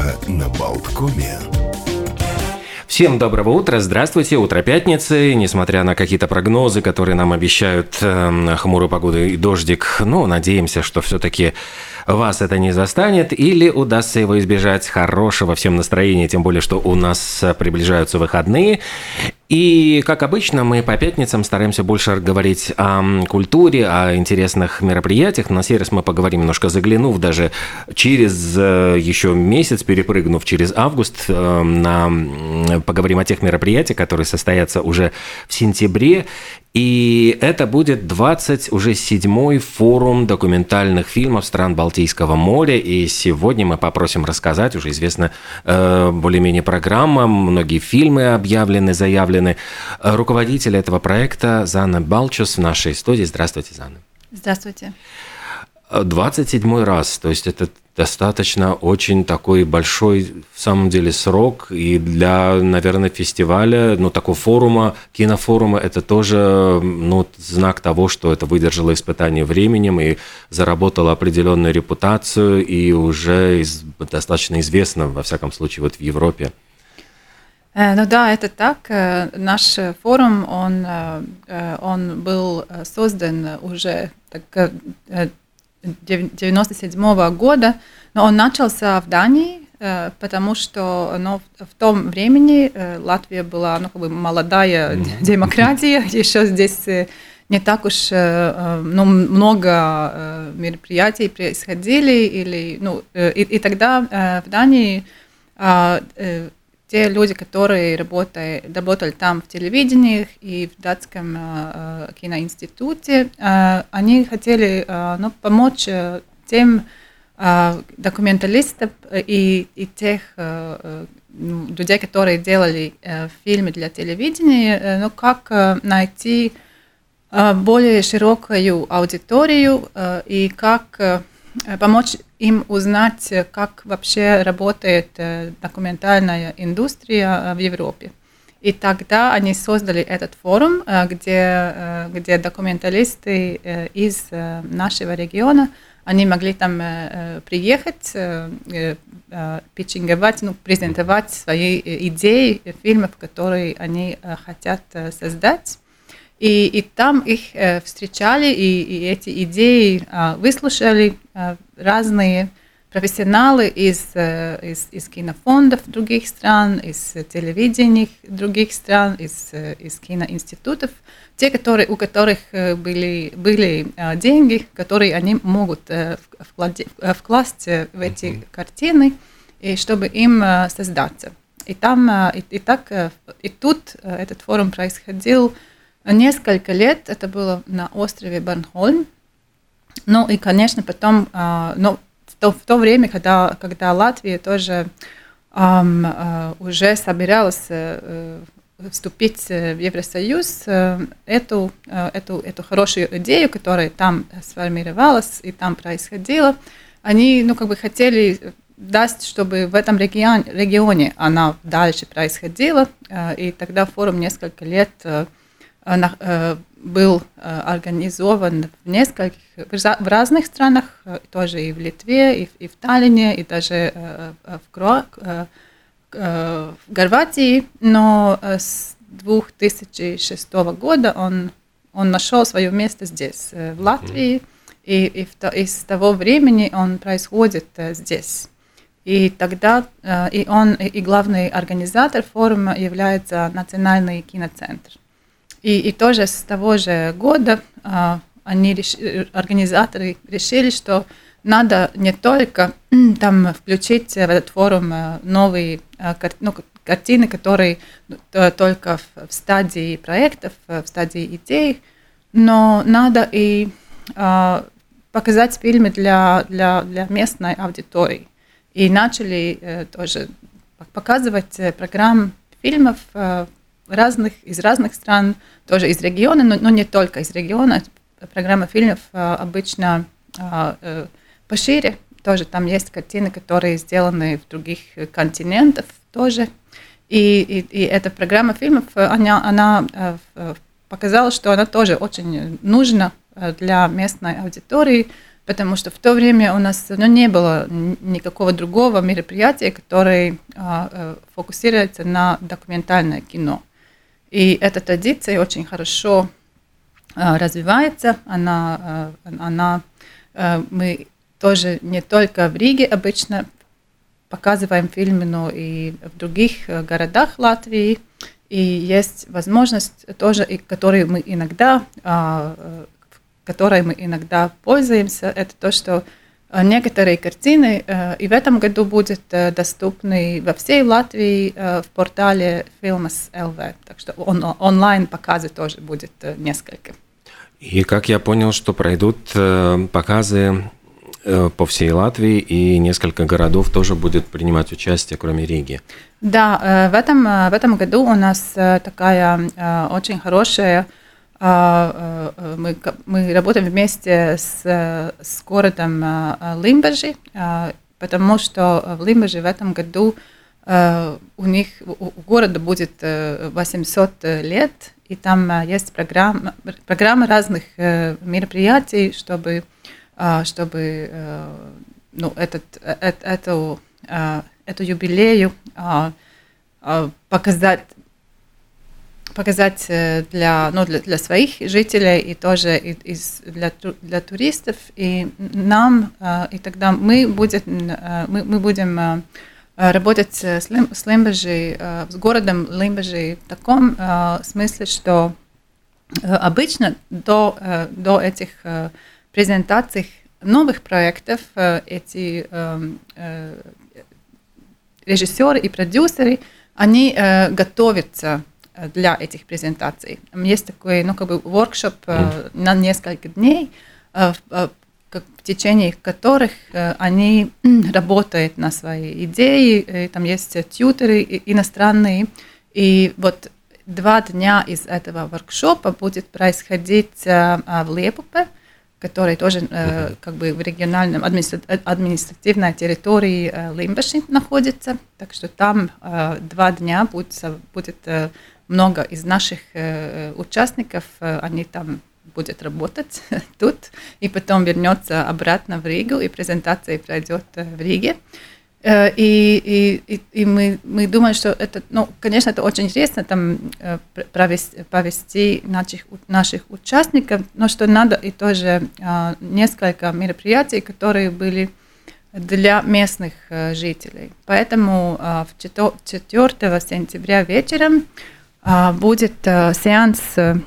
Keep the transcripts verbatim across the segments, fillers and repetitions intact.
утро на Болткоме. Всем доброго утра, здравствуйте, утро пятницы. Несмотря на какие-то прогнозы, которые нам обещают э, хмурую погоду и дождик, ну, надеемся, что все-таки вас это не застанет или удастся его избежать. Хорошего всем настроения, тем более, что у нас приближаются выходные. И, как обычно, мы по пятницам стараемся больше говорить о культуре, о интересных мероприятиях. На сей раз мы поговорим, немножко заглянув даже через еще месяц, перепрыгнув через август, на... поговорим о тех мероприятиях, которые состоятся уже в сентябре. И это будет двадцать седьмой форум документальных фильмов стран Балтийского моря. И сегодня мы попросим рассказать, уже известна э, более-менее программа, многие фильмы объявлены, заявлены. Руководитель этого проекта Зана Балчус в нашей студии. Здравствуйте, Зана. Здравствуйте. двадцать седьмой раз, то есть это достаточно очень такой большой, в самом деле, срок, и для, наверное, фестиваля, ну, такого форума, кинофорума, это тоже, ну, знак того, что это выдержало испытание временем и заработало определенную репутацию, и уже из, достаточно известно, во всяком случае, вот в Европе. Ну да, это так. Наш форум, он, он был создан уже так, девяносто седьмого года, но он начался в Дании, потому что ну, в том времени Латвия была ну, как бы молодая mm-hmm. демократия, еще здесь не так уж ну, много мероприятий происходили, или, ну, и, и тогда в Дании те люди, которые работали, работали там в телевидении и в датском э, киноинституте, э, они хотели э, ну, помочь э, тем э, документалистам и, и тех э, э, людей, которые делали э, фильмы для телевидения, э, ну, как э, найти э, более широкую аудиторию э, и как э, помочь им узнать, как вообще работает документальная индустрия в Европе. И тогда они создали этот форум, где, где документалисты из нашего региона, они могли там приехать, питчинговать, ну, презентовать свои идеи фильмов, которые они хотят создать. И, и там их э, встречали, и, и эти идеи э, выслушали э, разные профессионалы из, э, из, из кинофондов других стран, из телевидения других стран, из, э, из киноинститутов, те, которые, у которых э, были, были э, деньги, которые они могут э, вклад, э, вкласть в эти mm-hmm. картины, и чтобы им э, создаться. И, там, э, и, и, так, э, и тут э, этот форум происходил несколько лет, это было на острове Борнхольм. Ну и, конечно, потом, э, ну, в, то, в то время, когда, когда Латвия тоже э, э, уже собиралась э, вступить в Евросоюз, э, эту, э, эту, эту хорошую идею, которая там сформировалась и там происходила, они ну, как бы хотели дать, чтобы в этом регион, регионе она дальше происходила, э, и тогда форум несколько лет э, был организован в нескольких, в разных странах, тоже и в Литве, и в, и в Таллине, и даже в, Кро, в Хорватии, но с две тысячи шестого года он, он нашел свое место здесь, в Латвии, и, и, в, и с того времени он происходит здесь. И тогда и он, и главный организатор форума является Национальный киноцентр. И, и тоже с того же года а, они реш... организаторы решили, что надо не только там включить в этот форум новые а, кар... ну, картины, которые только в, в стадии проектов, в стадии идей, но надо и а, показать фильмы для, для, для местной аудитории. И начали а, тоже показывать программы фильмов а, разных, из разных стран, тоже из региона, но, но не только из региона. Программа фильмов а, обычно а, а, пошире, тоже там есть картины, которые сделаны в других континентах тоже. И, и, и эта программа фильмов, она, она а, показала, что она тоже очень нужна для местной аудитории, потому что в то время у нас ну, не было никакого другого мероприятия, которое э, фокусируется на документальное кино. И эта традиция очень хорошо э, развивается. Она, э, она, э, мы тоже не только в Риге обычно показываем фильмы, но и в других э, городах Латвии. И есть возможность тоже, и которой мы иногда, э, которой мы иногда пользуемся, это то, что некоторые картины э, и в этом году будут э, доступны во всей Латвии э, в портале Filmas точка эл ви. Так что он, онлайн показы тоже будет э, несколько. И как я понял, что пройдут э, показы э, по всей Латвии, и несколько городов тоже будет принимать участие, кроме Риги. Да, э, в, этом, э, в этом году у нас э, такая э, очень хорошая. Мы, мы работаем вместе с, с городом Лимбажи, потому что в Лимбаже в этом году у них, у города будет восемьсот лет, и там есть программа, программа разных мероприятий, чтобы, чтобы ну, этот, эту, эту юбилею показать, показать для, ну, для, для своих жителей и тоже и, и для, для туристов. И нам, и тогда мы будем, мы, мы будем работать с, с Лимбажи, с городом Лимбажи в таком смысле, что обычно до, до этих презентаций новых проектов эти режиссеры и продюсеры, они готовятся для этих презентаций. Есть такой, ну, как бы воркшоп э, на несколько дней, э, э, в течение которых э, они работают на свои идеи, э, там есть тьютеры иностранные, и вот два дня из этого воркшопа будет происходить э, в Лиепупе, который тоже э, как бы в региональном администра- административной территории э, Лимбаши находится, так что там э, два дня будет, будет э, много из наших э, участников, э, они там будут работать тут, и потом вернется обратно в Ригу, и презентация пройдет э, в Риге. Э, и и, и мы, мы думаем, что это, ну, конечно, это очень интересно там э, провести, повести наших, наших участников, но что надо и тоже э, несколько мероприятий, которые были для местных э, жителей. Поэтому э, четвёртого сентября вечером будет сеанс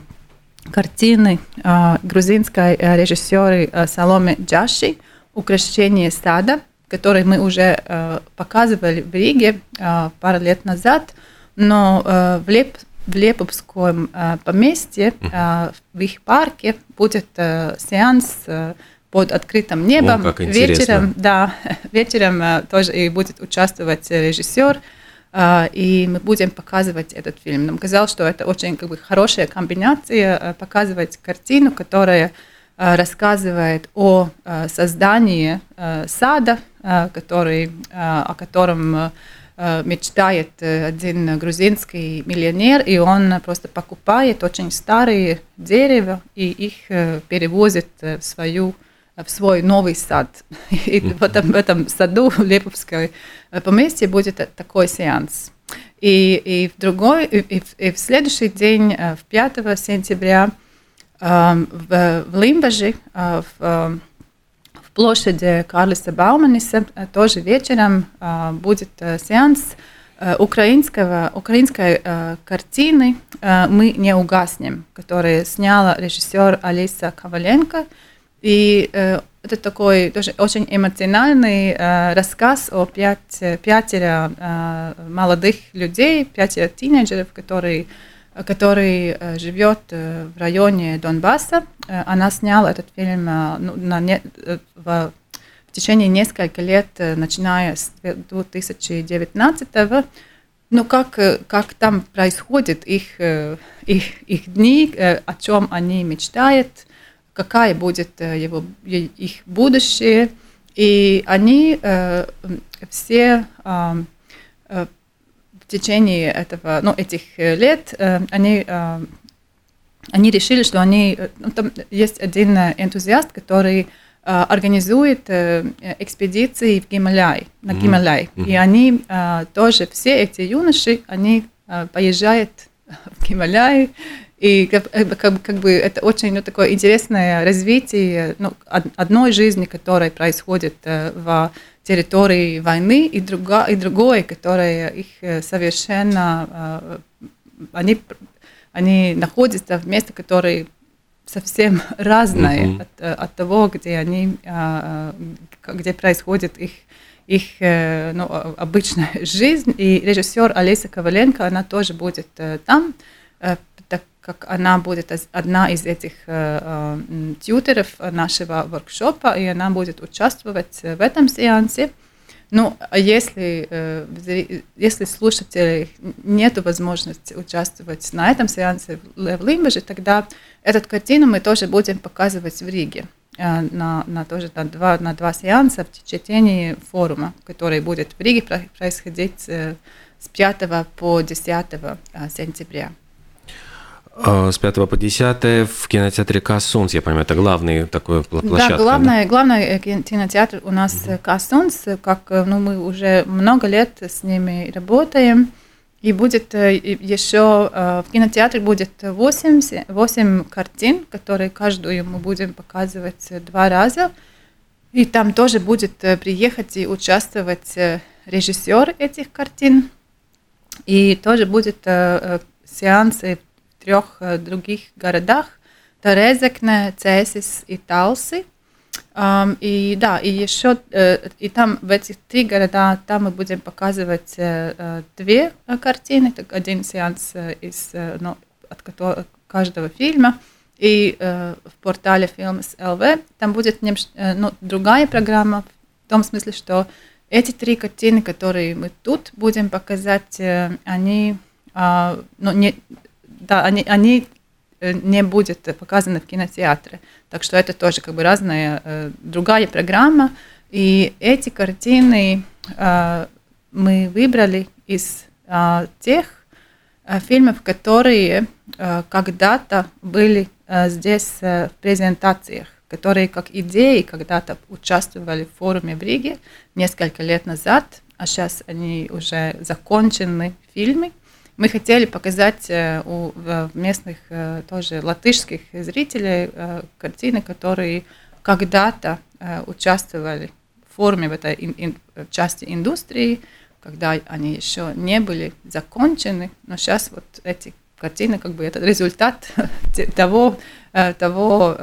картины грузинской режиссера Саломе Джаши «Украшение сада», который мы уже показывали в Риге пару лет назад, но в, Леп, в Лепупском поместье, в их парке, будет сеанс под открытым небом. О, вечером, да, вечером тоже и будет участвовать режиссер. И мы будем показывать этот фильм. Нам казалось, что это очень как бы хорошая комбинация, показывать картину, которая рассказывает о создании сада, который, о котором мечтает один грузинский миллионер, и он просто покупает очень старые дерева и их перевозит в свою в свой новый сад. И в этом, в этом саду в Лиепупской поместье будет такой сеанс. И, и, в, другой, и, и в следующий день, в пятого сентября, в, в Лимбажи, в, в площади Карлиса Бауманиса, тоже вечером будет сеанс украинского, украинской картины «Мы не угаснем», которую сняла режиссер Алиса Коваленко. И э, это такой тоже очень эмоциональный э, рассказ о пять, пятеро э, молодых людей, пятеро тинейджеров, которые, которые э, живет э, в районе Донбасса. Э, она сняла этот фильм э, ну, на не, э, в, в течение нескольких лет, э, начиная с две тысячи девятнадцатого. Ну, как, как там происходит их, э, их, их дни, э, о чем они мечтают, какая будет его, их будущее. И они э, все э, э, в течение этого, ну, этих лет э, они, э, они решили, что они... Ну, там есть один энтузиаст, который организует экспедиции в Гималяй, на Гималяй. Mm-hmm. И они тоже, все эти юноши, они поезжают в Гималяй, и как, как, как бы это очень ну, такое интересное развитие ну, одной жизни, которая происходит в территории войны, и, друга, и другой, которая их совершенно... Они, они находятся в месте, которое совсем разное mm-hmm. от, от того, где они, где происходит их, их ну, обычная жизнь. И режиссер Олеся Коваленко, она тоже будет там, так как она будет одна из этих тьютеров нашего воркшопа, и она будет участвовать в этом сеансе. Ну, а если, если слушателей нет возможности участвовать на этом сеансе в Лимбеже, тогда эту картину мы тоже будем показывать в Риге на, на, тоже на, два, на два сеанса в течение форума, который будет в Риге происходить с пятого по десятое сентября. С пятого по десятое в кинотеатре Касунц, я понимаю, это главный такой площадка. Да, главный, да? главный кинотеатр у нас mm-hmm. Касунц, как ну, мы уже много лет с ними работаем, и будет еще в кинотеатре будет восемь, восемь картин, которые каждую мы будем показывать два раза, и там тоже будет приехать и участвовать режиссер этих картин, и тоже будет сеансы в трех других городах: Резекне, Цēsis и Талси. Um, и да, и еще uh, и там в этих три города там мы будем показывать uh, две uh, картины, так, один сеанс uh, из uh, ну, от которого, каждого фильма, и uh, в портале Films точка эл ви там будет uh, ну, другая программа, в том смысле, что эти три картины, которые мы тут будем показать, uh, они, uh, ну, не, да, они, они не будет показано в кинотеатре. Так что это тоже как бы разная, э, другая программа. И эти картины э, мы выбрали из э, тех э, фильмов, которые э, когда-то были э, здесь э, в презентациях, которые как идеи когда-то участвовали в форуме в Риге несколько лет назад, а сейчас они уже закончены фильмы. Мы хотели показать у местных тоже латышских зрителей картины, которые когда-то участвовали в форуме в этой в части индустрии, когда они еще не были закончены, но сейчас вот эти картины, как бы это результат того, того,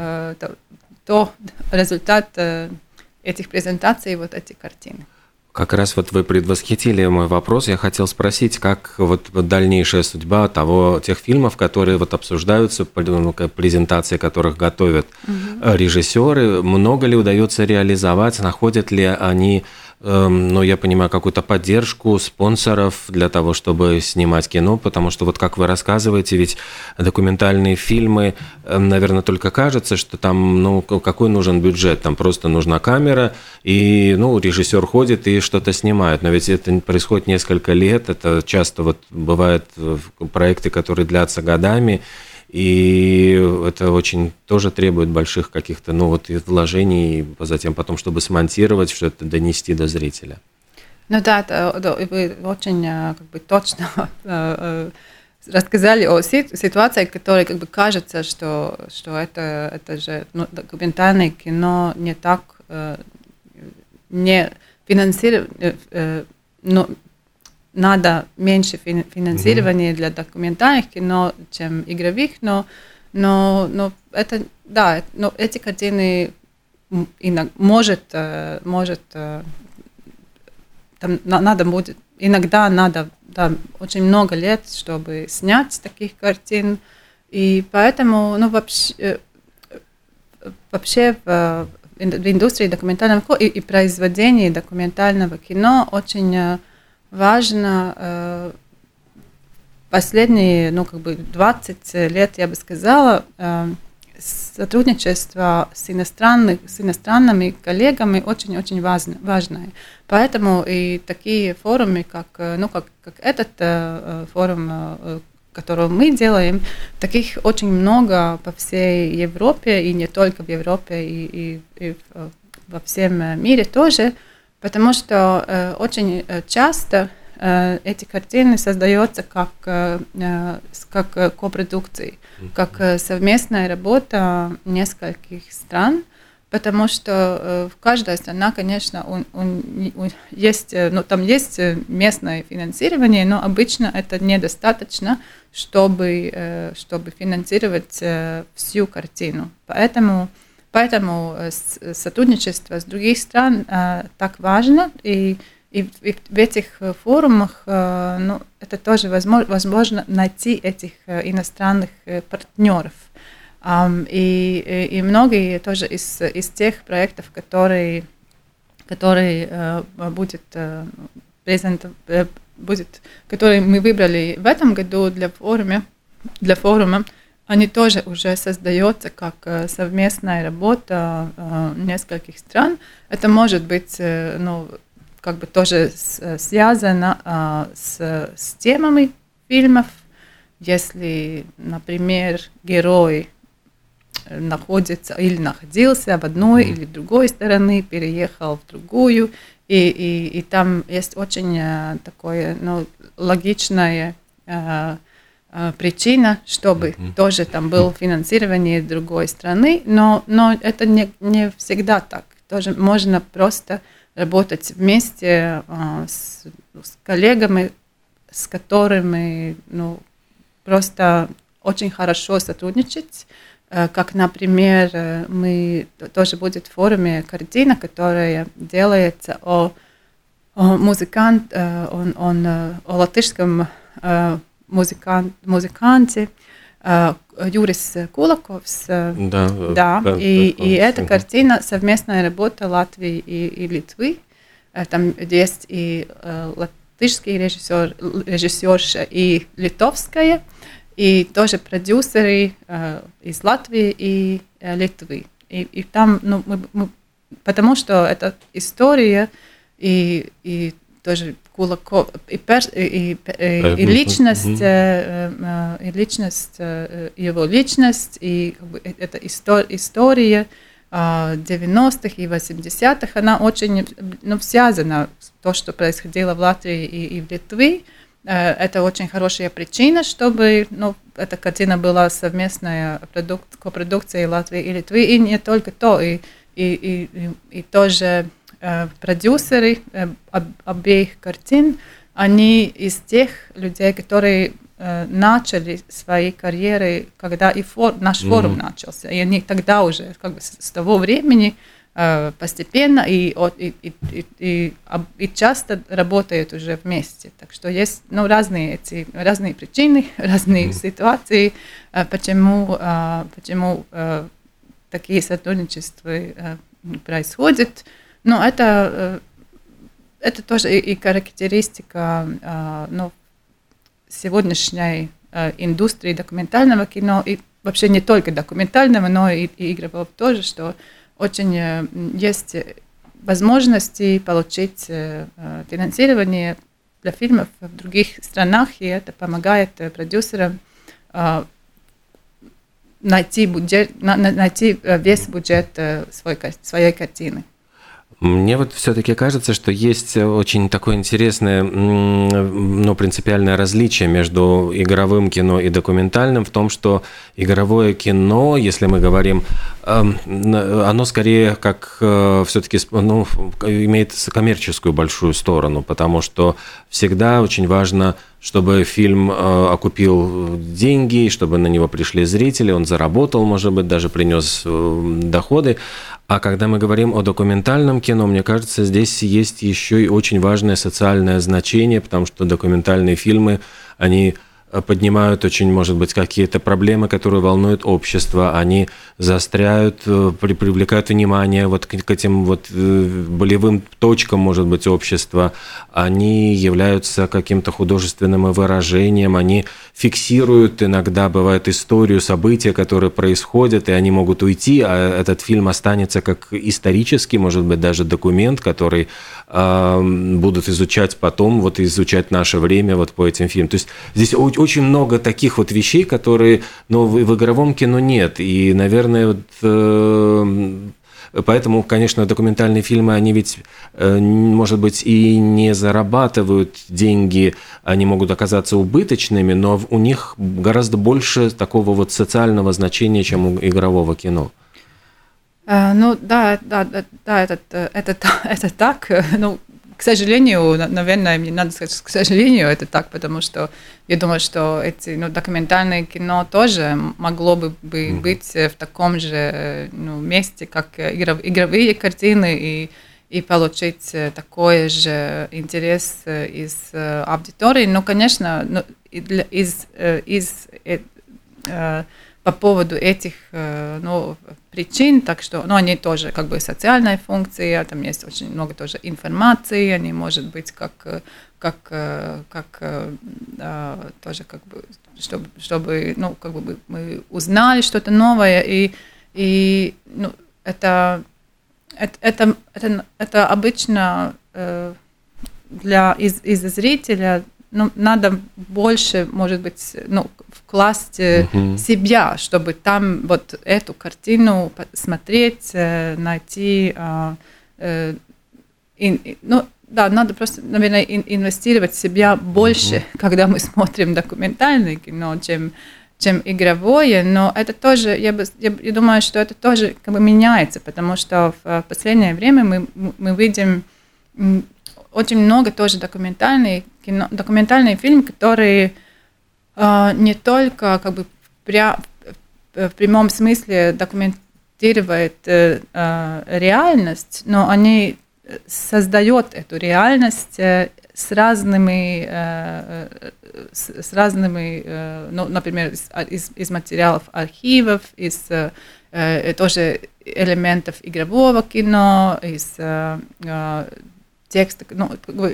то результат этих презентаций, вот эти картины. Как раз вот вы предвосхитили мой вопрос. Я хотел спросить, как вот дальнейшая судьба того, тех фильмов, которые вот обсуждаются, презентации которых готовят угу. режиссеры. Много ли удается реализовать? Находят ли они, ну, я понимаю, какую-то поддержку спонсоров для того, чтобы снимать кино? Потому что вот как вы рассказываете, ведь документальные фильмы, наверное, только кажется, что там, ну, какой нужен бюджет? Там просто нужна камера, и, ну, режиссер ходит и что-то снимает. Но ведь это происходит несколько лет, это часто вот бывают проекты, которые длятся годами, и это очень тоже требует больших каких-то, ну, вот, вложений, затем потом, чтобы смонтировать, что-то донести до зрителя. Ну да, это, вы очень как бы точно рассказали о ситуации, которая как бы кажется, что, что это, это же ну, документальное кино не так, не финансировать, но надо меньше финансирования mm-hmm. для документальных кино, чем игровых, но, но, но это, да, но эти картины иногда, может, может там надо будет, иногда надо, да, очень много лет, чтобы снять таких картин, и поэтому, ну, вообще, вообще в, в индустрии документального кино и, и произведения документального кино очень важно э, последние, ну, как бы двадцать лет, я бы сказала, э, сотрудничество с, иностранных, с иностранными коллегами очень-очень важно, важное. Поэтому и такие форумы, как, ну, как, как этот э, форум, э, которую мы делаем, таких очень много по всей Европе, и не только в Европе, и, и, и во всем мире тоже, потому что э, очень часто э, эти картины создаются как, э, как копродукции, как совместная работа нескольких стран, потому что э, каждая страна, конечно, он, он, он есть, ну, там есть местное финансирование, но обычно это недостаточно, чтобы, э, чтобы финансировать э, всю картину. Поэтому Поэтому сотрудничество с других стран э, так важно, и, и, и в этих форумах э, ну, это тоже возможно, возможно найти этих э, иностранных э, партнеров. Um, и, и, и многие тоже из, из тех проектов, которые, которые э, будет, э, презент, э, будет, которые мы выбрали в этом году для форума, для форума, они тоже уже создаются как совместная работа э, нескольких стран. Это может быть, э, ну, как бы тоже с, связано э, с, с темами фильмов. Если, например, герой находится или находился в одной или другой стороне, переехал в другую, и, и, и там есть очень э, такое, ну, логичное э, причина, чтобы mm-hmm. тоже там было финансирование другой страны, но, но это не, не всегда так. Тоже можно просто работать вместе э, с, с коллегами, с которыми, ну, просто очень хорошо сотрудничать. Э, как, например, мы тоже будет в форуме картина, которая делается о, о музыкант, э, он, он, о латышском э, Музыкант, музыканте uh, Юрис Кулаковс. Uh, да, да. да, И, да, и да, эта картина совместная работа Латвии и, и Литвы. Uh, там есть и uh, латышский режиссер, режиссерша, и литовская, и тоже продюсеры uh, из Латвии и uh, Литвы. И, и там, ну, мы, мы, потому что это история и, и тоже Кулаков, и, пер, и, и, и личность, mm-hmm. и личность, его личность, и как бы, эта история девяностых и восьмидесятых, она очень, ну, связана с тем, что происходило в Латвии и, и в Литве. Это очень хорошая причина, чтобы, ну, эта картина была совместная продукт, копродукция Латвии и Литвы, и не только то, и, и, и, и тоже продюсеры обеих картин, они из тех людей, которые э, начали свои карьеры, когда и фор, наш форум mm-hmm. начался. И они тогда уже, как бы, с, с того времени э, постепенно и, и, и, и, и, и часто работают уже вместе. Так что есть, ну, разные, эти, разные причины, разные mm-hmm. ситуации, э, почему, э, почему э, такие сотрудничества э, происходят. Но это, это тоже и характеристика, ну, сегодняшней индустрии документального кино, и вообще не только документального, но и, и игрового тоже, что очень есть возможности получить финансирование для фильмов в других странах, и это помогает продюсерам найти, бюджет, найти весь бюджет свой, своей картины. Мне вот все-таки кажется, что есть очень такое интересное, ну, принципиальное различие между игровым кино и документальным в том, что игровое кино, если мы говорим, оно скорее как все-таки, ну, имеет коммерческую большую сторону, потому что всегда очень важно, чтобы фильм окупил деньги, чтобы на него пришли зрители, он заработал, может быть, даже принес доходы. А когда мы говорим о документальном кино, мне кажется, здесь есть еще и очень важное социальное значение, потому что документальные фильмы, они поднимают очень, может быть, какие-то проблемы, которые волнуют общество, они заостряют, привлекают внимание вот к этим вот болевым точкам, может быть, общества, они являются каким-то художественным выражением, они фиксируют иногда, бывает, историю, события, которые происходят, и они могут уйти, а этот фильм останется как исторический, может быть, даже документ, который э, будут изучать потом, вот изучать наше время вот по этим фильмам. То есть здесь очень много таких вот вещей, которые, ну, в, в игровом кино нет. И, наверное, вот, э, поэтому, конечно, документальные фильмы, они ведь, э, может быть, и не зарабатывают деньги, они могут оказаться убыточными, но у них гораздо больше такого вот социального значения, чем у игрового кино. Uh, ну да, да, да, да это, это, это так. Ну, к сожалению, наверное, мне надо сказать, к сожалению, это так, потому что я думаю, что эти ну, документальные кино тоже могло бы mm-hmm. быть в таком же ну, месте, как игров, игровые картины, и, и получить такой же интерес из аудитории. Но, конечно, ну, из, из, из по поводу этих ну, причин, так что ну, они тоже как бы социальная функция, там есть очень много тоже информации, они может быть как, как, как тоже как бы, чтобы, чтобы ну, как бы мы узнали что-то новое, и, и ну, это, это, это, это, это обычно для, из, из зрителя ну, надо больше, может быть, ну, вкласть uh-huh. себя, чтобы там вот эту картину смотреть, найти. Э, и, ну, да, надо просто, наверное, инвестировать в себя больше, uh-huh. когда мы смотрим документальное кино, чем, чем игровое. Но это тоже, я, бы, я, я думаю, что это тоже как бы меняется, потому что в последнее время мы, мы видим очень много тоже документальных кино, документальные фильмы, которые э, не только как бы пря, в прямом смысле документируют э, э, реальность, но они создают эту реальность э, с разными, э, с, с разными, э, ну, например, из, из материалов архивов, из э, тоже элементов игрового кино, из э, тексты, ну, как бы,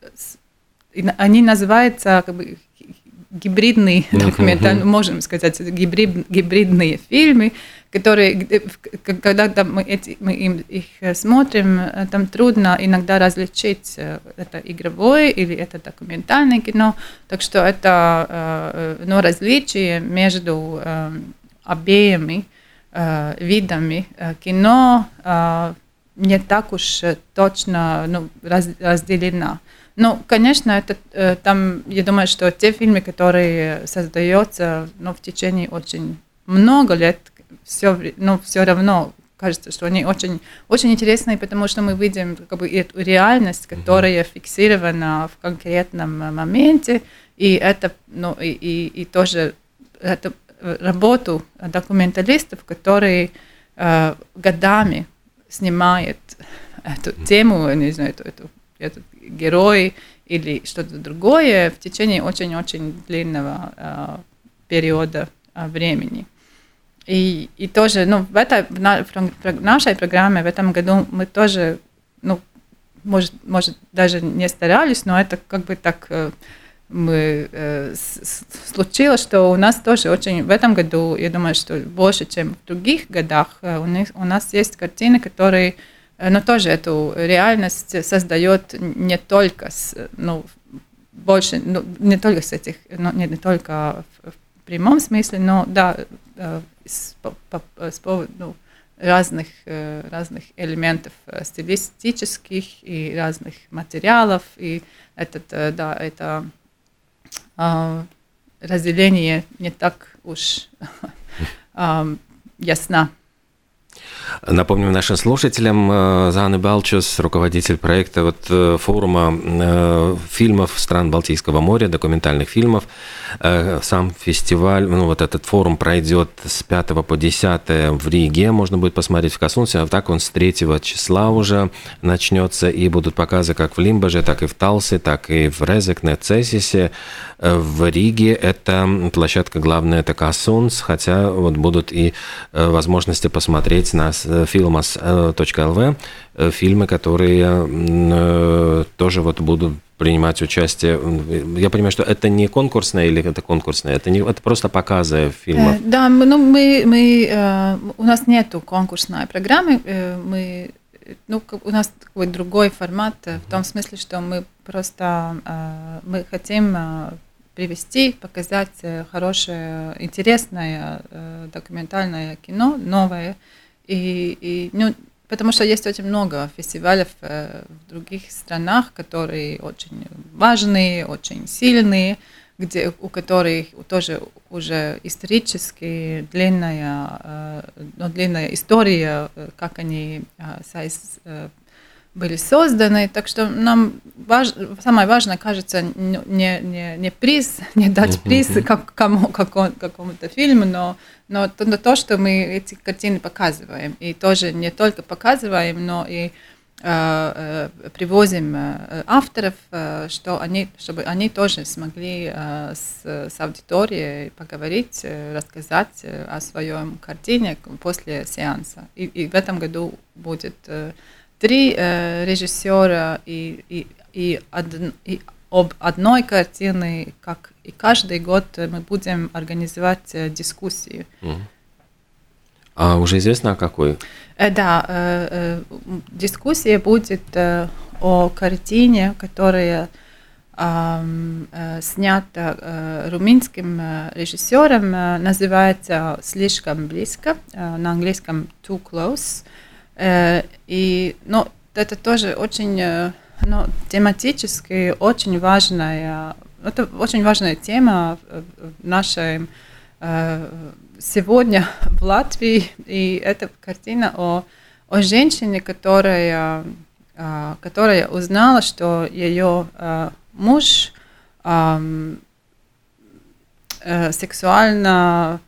они называются как бы гибридные документальные, можем сказать, гибрид, гибридные фильмы, которые, когда мы, эти, мы им, их смотрим, там трудно иногда различить, это игровое или это документальное кино, так что это ну, различие между обеими видами кино не так уж точно ну, раз, разделена. Ну, конечно, это, там, я думаю, что те фильмы, которые создаются ну, в течение очень много лет, все, ну, все равно кажется, что они очень, очень интересные, потому что мы видим как бы, эту реальность, которая mm-hmm. фиксирована в конкретном моменте, и это, ну, и, и, и тоже это работу документалистов, которые э, годами снимает эту тему, не знаю, эту, эту, этот герой или что-то другое в течение очень-очень длинного э, периода э, времени. И, и тоже, ну, в, этой, в, на, в нашей программе в этом году мы тоже, ну, может, может даже не старались, но это как бы так э, мы, э, с, случилось, что у нас тоже очень, в этом году, я думаю, что больше, чем в других годах, э, у, них, у нас есть картины, которые, э, но тоже эту реальность создает не только с, ну, больше, ну, не только с этих, ну, не, не только в, в прямом смысле, но да, э, с, по, по, с поводу ну, разных, э, разных элементов э, стилистических и разных материалов, и этот, э, да, это Uh, разделение не так уж uh, ясно. Напомним нашим слушателям, Зана Балчус, руководитель проекта вот, форума фильмов стран Балтийского моря, документальных фильмов. Сам фестиваль, ну вот этот форум пройдет с пятого по десятое в Риге, можно будет посмотреть в Касунсе, а так он с третьего числа уже начнется, и будут показы как в Лимбаже, так и в Талсе, так и в Резекне, Цесисе. В Риге это площадка главная, это Касунс, хотя вот будут и возможности посмотреть на filmas точка эл ви фильмы, которые тоже вот будут принимать участие. Я понимаю, что это не конкурсное или это конкурсное, это, не, это просто показы фильмов. Да, ну, мы, мы, у нас нету конкурсной программы, мы, ну, у нас такой другой формат в том смысле, что мы просто мы хотим привести, показать хорошее, интересное документальное кино, новое. И, и, ну, потому что есть очень много фестивалей в других странах, которые очень важные, очень сильные, где, у которых тоже уже исторически длинная, ну, длинная история, как они были созданы. Так что нам важ, самое важное, кажется, не, не, не приз, не дать приз как, кому, какому, какому-то фильму, но, но то, то, что мы эти картины показываем. И тоже не только показываем, но и э, э, привозим э, авторов, э, что они, чтобы они тоже смогли э, с, с аудиторией поговорить, э, рассказать э, о своем картине после сеанса. И, и в этом году будет э, три э, режиссера и, и, и, од, и об одной картине, как и каждый год мы будем организовать э, дискуссию. Mm. А уже известно о какой? Э, да, э, э, дискуссия будет э, о картине, которая э, э, снята э, румынским э, режиссером, э, называется «Слишком близко», э, на английском «Too Close». И, ну, это тоже очень, ну, тематически очень важная, это очень важная тема в нашей сегодня в Латвии. И это картина о, о женщине, которая, которая узнала, что ее муж сексуально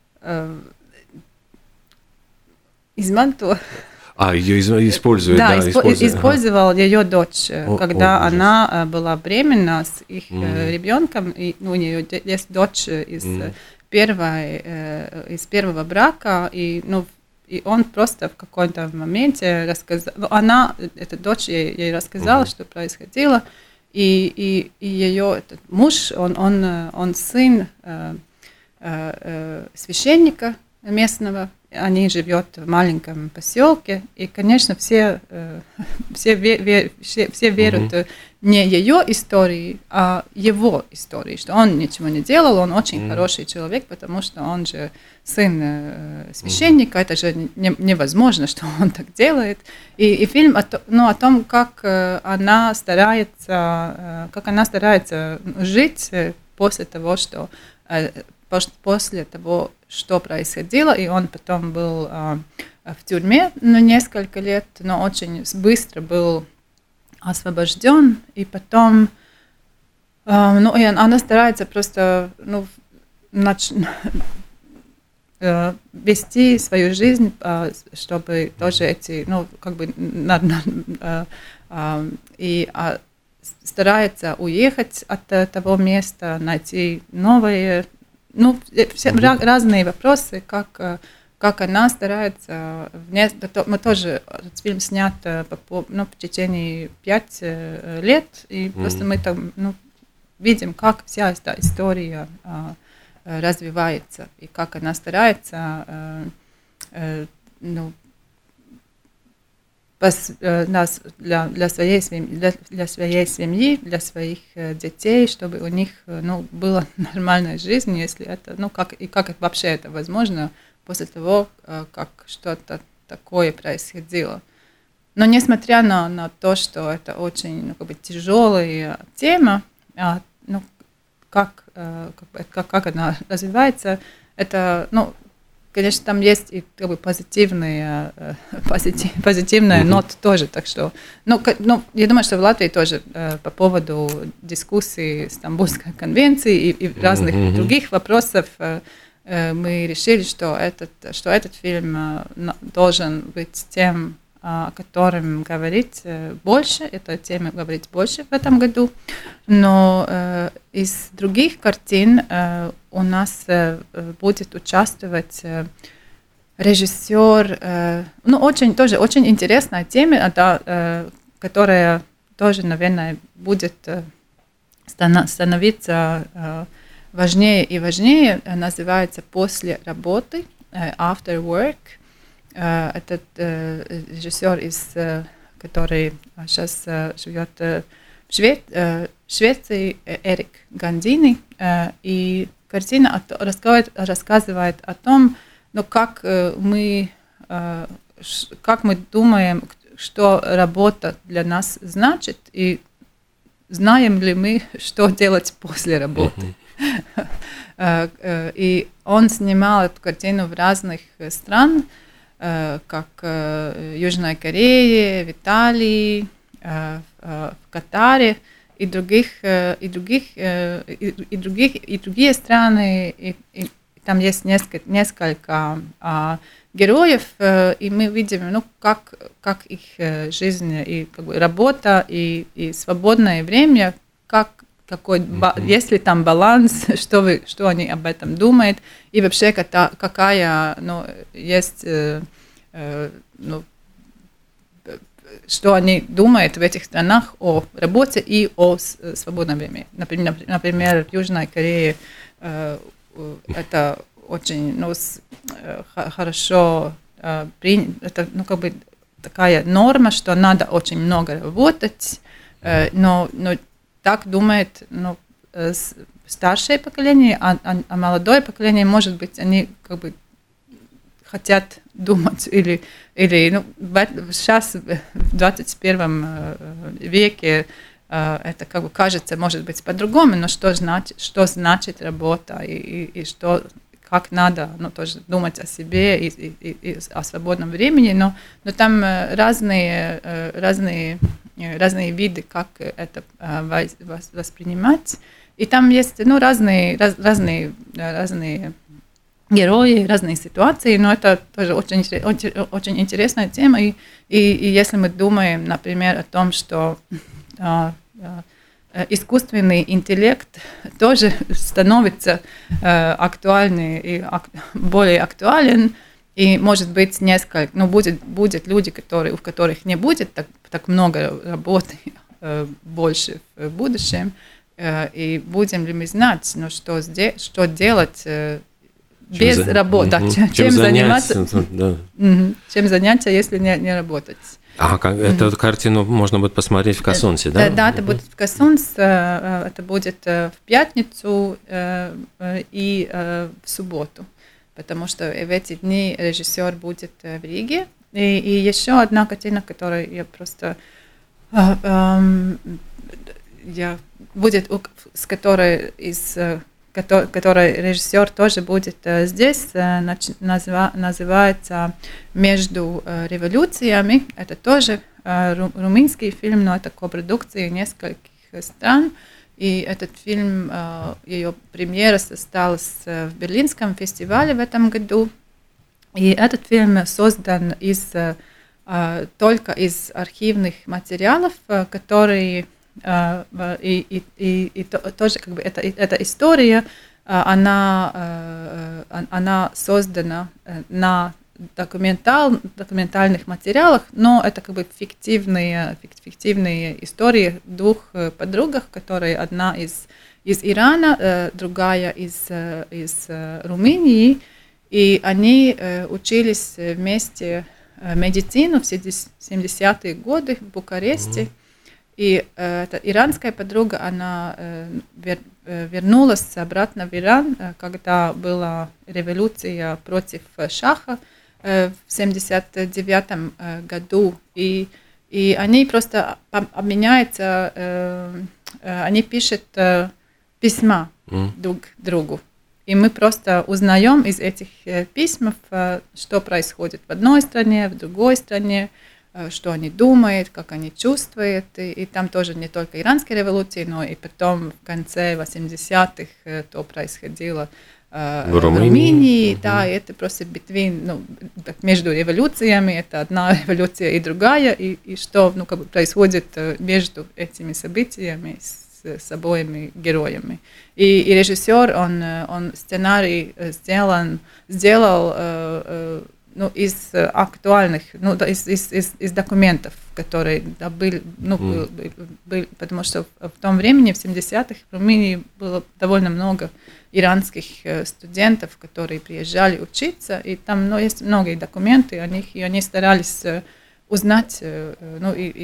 изманту. А, ее используют, да, да используют. Использовал ага. ее дочь, о, когда о, она была беременна с их mm. ребенком, и ну, у нее есть дочь из, mm. первой, из первого брака, и, ну, и он просто в каком-то моменте рассказал, ну, она, эта дочь ей, ей рассказала, mm. что происходило, и, и, и ее этот муж, он, он, он сын э, э, священника местного. Они живут в маленьком поселке, и, конечно, все, э, все, ве, все, все верят mm-hmm. не ее истории, а его истории, что он ничего не делал, он очень mm-hmm. хороший человек, потому что он же сын э, священника, mm-hmm. это же не, невозможно, что он так делает. И, и фильм о, ну, о том, как э, она старается, э, как она старается жить после того, что э, после того, что происходило, и он потом был э, в тюрьме на несколько лет, но очень быстро был освобожден, и потом, э, ну, и она старается просто, ну, нач... э, вести свою жизнь, э, чтобы тоже эти, ну, как бы, на, на, э, э, и э, старается уехать от э, того места, найти новые. Ну, все mm-hmm. разные вопросы, как, как она старается. Мы тоже, этот фильм снят ну, в течение пяти лет, и mm-hmm. просто мы там ну, видим, как вся эта история а, развивается, и как она старается а, а, ну, Для, для, своей семьи, для, для своей семьи, для своих детей, чтобы у них ну, была нормальная жизнь, если это, ну, как, и как вообще это возможно после того, как что-то такое происходило. Но несмотря на, на то, что это очень ну, как бы тяжелая тема, а, ну, как, как, как она развивается, это, ну, конечно, там есть и как бы позитивные, позитив, позитивная mm-hmm. нота тоже, так что, ну, ну, я думаю, что в Латвии тоже э, по поводу дискуссии Стамбульской конвенции и, и разных mm-hmm. других вопросов э, э, мы решили, что этот, что этот фильм э, должен быть тем, о котором говорить больше, этой теме говорить больше в этом году, но э, из других картин э, у нас э, будет участвовать э, режиссер, э, ну, очень, тоже очень интересная тема, да, э, которая тоже, наверное, будет э, становиться э, важнее и важнее, называется «После работы», э, «After Work». Этот э, режиссер, из, который сейчас живет Шве... э, Швеции Эрик Гандини, э, и картина от... рассказывает, рассказывает о том, ну, как э, мы, э, ш... как мы думаем, что работа для нас значит, и знаем ли мы, что делать после работы. И он снимал эту картину в разных странах, как в Южной Корее, в Италии, в Катаре и других, и других, и других, и другие страны. И, и там есть несколько, несколько героев, и мы видим, ну, как, как их жизнь и как бы, работа и, и свободное время, как какой, mm-hmm. есть ли там баланс, что, вы, что они об этом думают, и вообще какая, ну, есть, э, э, ну, что они думают в этих странах о работе и о свободном времени. Например, например в Южной Корее э, это очень, ну, с, э, хорошо э, принято, это, ну, как бы такая норма, что надо очень много работать, э, но, но так думает, ну, старшее поколение, а, а, а молодое поколение, может быть, они как бы хотят думать, или, или ну, сейчас, в двадцать первом веке, это как бы кажется, может быть, по-другому, но что значит, что значит работа, и, и, и что, как надо, ну, тоже думать о себе и, и, и, и о свободном времени, но, но там разные, разные разные виды, как это э, воспринимать. И там есть, ну, разные, раз, разные, разные герои, разные ситуации, но это тоже очень, очень, очень интересная тема. И, и, и если мы думаем, например, о том, что э, э, искусственный интеллект тоже становится э, актуальным и ак, более актуален, и, может быть, несколько, ну, будет, будет люди, которые, у которых не будет так, так много работы э, больше в будущем, э, и будем ли мы знать, ну, что, здесь, что делать э, без за... работы, угу. чем, чем заниматься, да. угу. чем заняться, если не, не работать. А как, угу. Эту картину можно будет посмотреть в Касунсе, да? Да, да, это будет в Касунс, это будет в пятницу и в субботу. Потому что в эти дни режиссер будет в Риге. И, и еще одна картина, которую я просто... Э, э, я, будет, с которой, из, которой, которой режиссер тоже будет здесь, назва, называется «Между революциями». Это тоже ру, румынский фильм, но это копродукция нескольких стран. И этот фильм, ее премьера состоялась в Берлинском фестивале в этом году. И этот фильм создан из, только из архивных материалов, которые и, и, и, и тоже как бы эта, эта история, она, она создана на документал, документальных материалах, но это как бы фиктивные, фиктивные истории двух подруг, которые одна из, из Ирана, другая из, из Румынии, и они учились вместе медицину в семидесятые годы в Бухаресте. Mm-hmm. И эта иранская подруга, она вер, вернулась обратно в Иран, когда была революция против шаха в семьдесят девятом году, и, и они просто обменяются, э, они пишут э, письма mm. друг другу, и мы просто узнаем из этих писем, что происходит в одной стране, в другой стране, что они думают, как они чувствуют, и, и там тоже не только иранская революция, но и потом в конце восьмидесятых то происходило в Румынии, Румынии угу. Да, и это просто between, ну, между революциями, это одна революция и другая, и, и что, ну, как бы происходит между этими событиями с, с обоими героями. И, и режиссер, он, он сценарий сделан, сделал э, ну, из актуальных, ну, из, из, из, из документов, которые да, были, ну, mm. были, были, потому что в том времени, в семидесятых, в Румынии было довольно много иранских студентов, которые приезжали учиться, и там, ну, есть многие документы о них, и они старались узнать, ну, и, и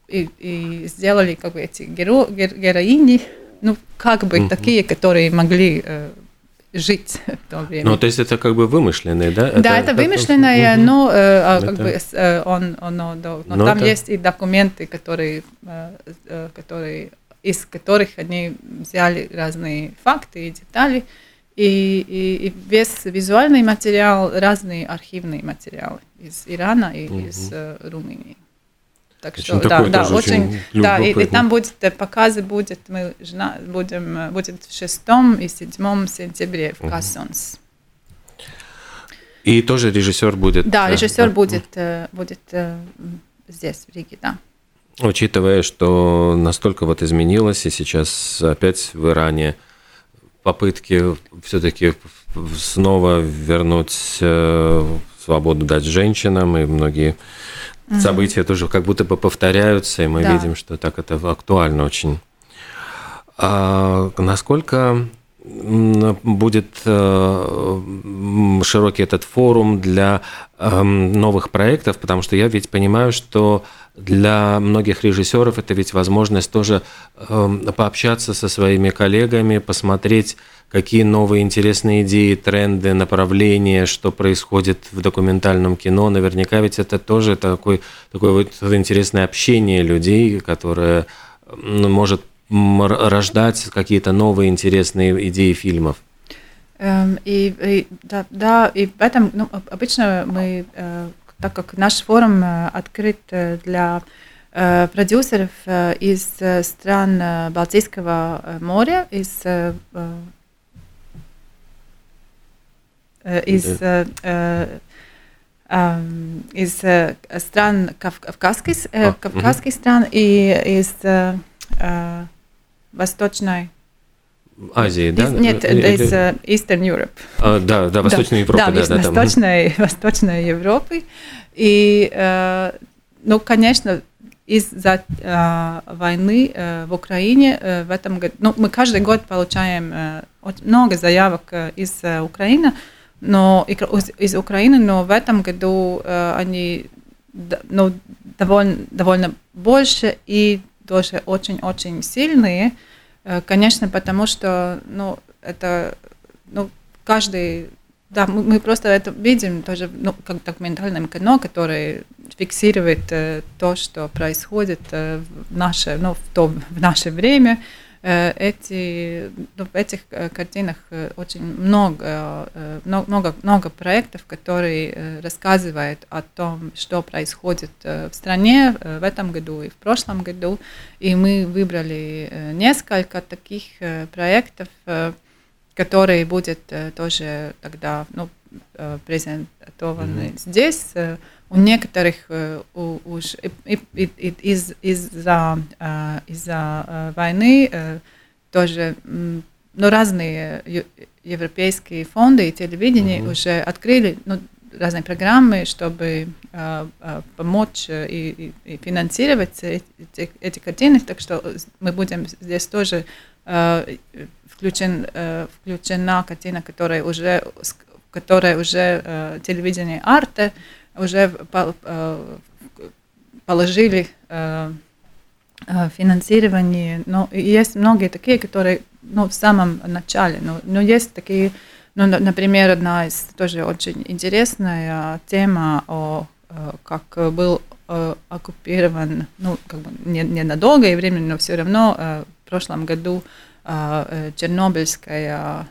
и, и сделали как бы эти геро, гер, героини, ну, как бы mm-hmm. такие, которые могли э, жить в то время. Ну, то есть это как бы вымышленные, да? Да, это, это вымышленное, mm-hmm. но э, как это... бы э, он, он, он, но, но там это... есть и документы, которые, э, которые, из которых они взяли разные факты и детали, и, и, и весь визуальный материал, разные архивные материалы из Ирана и mm-hmm. из э, Румынии. Так что, очень да, такой, да, очень, очень, да, и, и там будет показы, будет, мы будем, будет в шестом и седьмом сентябре в Кассонс. И тоже режиссер будет. Да, режиссер да? будет, будет здесь, в Риге, да. Учитывая, что настолько вот изменилось, и сейчас опять в Иране попытки все-таки снова вернуть свободу дать женщинам, и многие Mm-hmm. события тоже как будто бы повторяются, и мы да. видим, что так это актуально очень. А насколько будет широкий этот форум для новых проектов, потому что я ведь понимаю, что для многих режиссеров это ведь возможность тоже пообщаться со своими коллегами, посмотреть, какие новые интересные идеи, тренды, направления, что происходит в документальном кино. Наверняка ведь это тоже такой, такое вот интересное общение людей, которое может рождать какие-то новые интересные идеи фильмов. Um, и, и, да, да, и в этом, ну, обычно мы, э, так как наш форум э, открыт для э, продюсеров э, из э, стран э, Балтийского моря, из, э, э, из, э, э, из э, стран Кав- Кавказских, э, а, Кавказских угу. стран и из э, э, Восточной Азии, да? Нет, из uh, Eastern Europe. А, да, да, Восточной Европы. Да, да, да, Восточной, да. Восточной Европы. И, э, ну, конечно, из-за э, войны э, в Украине э, в этом году, ну, мы каждый год получаем э, много заявок э, из э, Украины, но из, из Украины, но в этом году э, они ну, довольно, довольно больше и тоже очень-очень сильные. Конечно, потому что, ну, это, ну, каждый, да, мы, мы просто это видим тоже, ну, как документальное кино, которое фиксирует э, то, что происходит э, в наше, ну, в, то, в наше время. Э, эти, ну, в этих э, картинах э, очень много, э, много, много проектов, которые э, рассказывают о том, что происходит э, в стране э, в этом году и в прошлом году. И мы выбрали э, несколько таких э, проектов, э, которые будут э, тоже тогда, ну, э, презентованы mm-hmm. здесь. Э, у некоторых э, у, уж и, и, и, из, из-за, э, из-за э, войны э, тоже э, ну, разные европейские фонды и телевидение mm-hmm. уже открыли, ну, разные программы, чтобы э, э, помочь и, и, и финансировать эти, эти картины. Так что мы будем здесь тоже э, включен, э, включена картина, которая уже, которая уже э, телевидение Арте уже по, э, положили э, финансирование. Но есть многие такие, которые, ну, в самом начале. Но, но есть такие. Ну, например, одна из тоже очень интересная тема, о, как был оккупирован, ну, как бы не, не на долгое время, но все равно в прошлом году Чернобыльская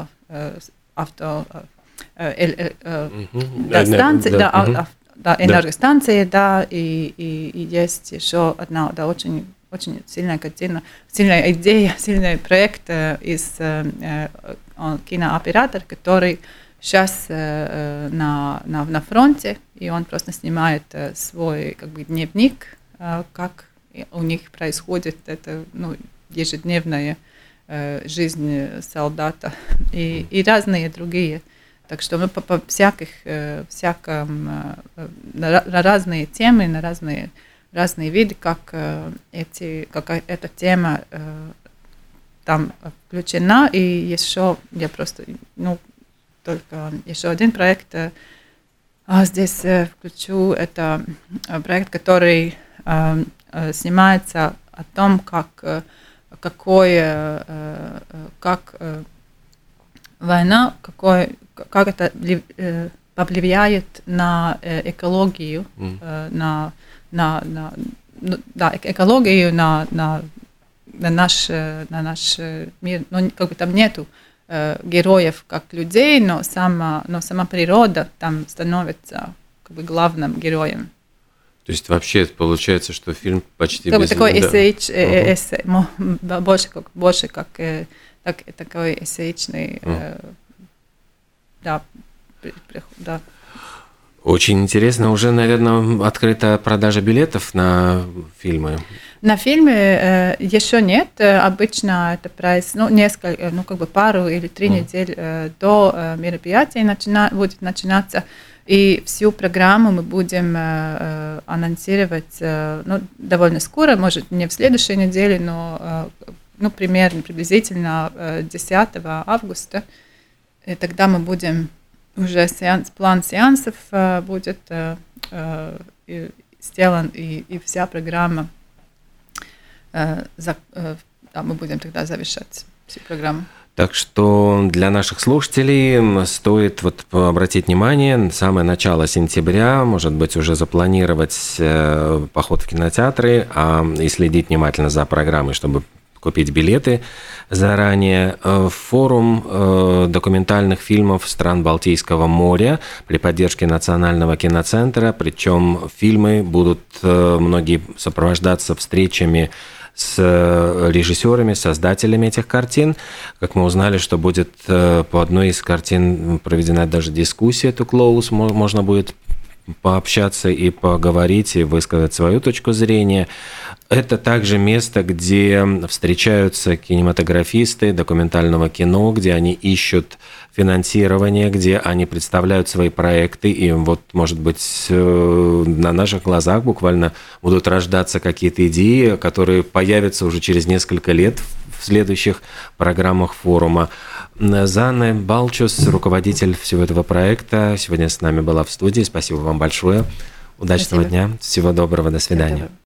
авто, да, станция, да, да, да, да, энергостанция, да, и, и, и есть еще одна, да, очень очень сильная картина, сильная идея, сильный проект из э, кинооператор, который сейчас э, на, на, на фронте, и он просто снимает э, свой как бы дневник, э, как у них происходит это, ну, ежедневная э, жизнь солдата и, и разные другие. Так что мы по, по всяких, э, всяком, э, на, на разные темы, на разные разные виды, как, э, эти, как эта тема э, там включена. И еще я просто, ну, только еще один проект э, здесь э, включу. Это проект, который э, снимается о том, как, какое, как война, какой, как это повлияет на экологию, mm. на, на, на, да, экологию, на, на, на, наш, на наш мир. Ну, как бы там нету э, героев как людей, но сама, но сама природа там становится как бы главным героем. То есть вообще получается, что фильм почти как без... Такой да. эссеич, э, эссе, больше как, больше как э, так, такой эссеичный... Э, mm. да, да. Очень интересно. Уже, наверное, открыта продажа билетов на фильмы? На фильмы э, еще нет. Обычно это прайс, ну, несколько, ну, как бы пару или три mm. недели э, до э, мероприятия начина, будет начинаться. И всю программу мы будем э, анонсировать э, ну, довольно скоро, может, не в следующей неделе, но э, ну, примерно, приблизительно э, десятого августа. И тогда мы будем... Уже сеанс, план сеансов э, будет э, э, сделан, и, и вся программа, э, за, э, да, мы будем тогда завершать всю программу. Так что для наших слушателей стоит вот обратить внимание на самое начало сентября, может быть, уже запланировать э, поход в кинотеатры, а, и следить внимательно за программой, чтобы купить билеты заранее. Форум документальных фильмов стран Балтийского моря при поддержке Национального киноцентра. Причем фильмы будут многие сопровождаться встречами с режиссерами, создателями этих картин. Как мы узнали, что будет по одной из картин проведена даже дискуссия «To Close», можно будет пообщаться и поговорить, и высказать свою точку зрения. Это также место, где встречаются кинематографисты документального кино, где они ищут финансирование, где они представляют свои проекты, и вот, может быть, на наших глазах буквально будут рождаться какие-то идеи, которые появятся уже через несколько лет в следующих программах форума. Занна Балчус, руководитель всего этого проекта, сегодня с нами была в студии. Спасибо вам большое. Удачного Спасибо. Дня. Всего доброго. До свидания.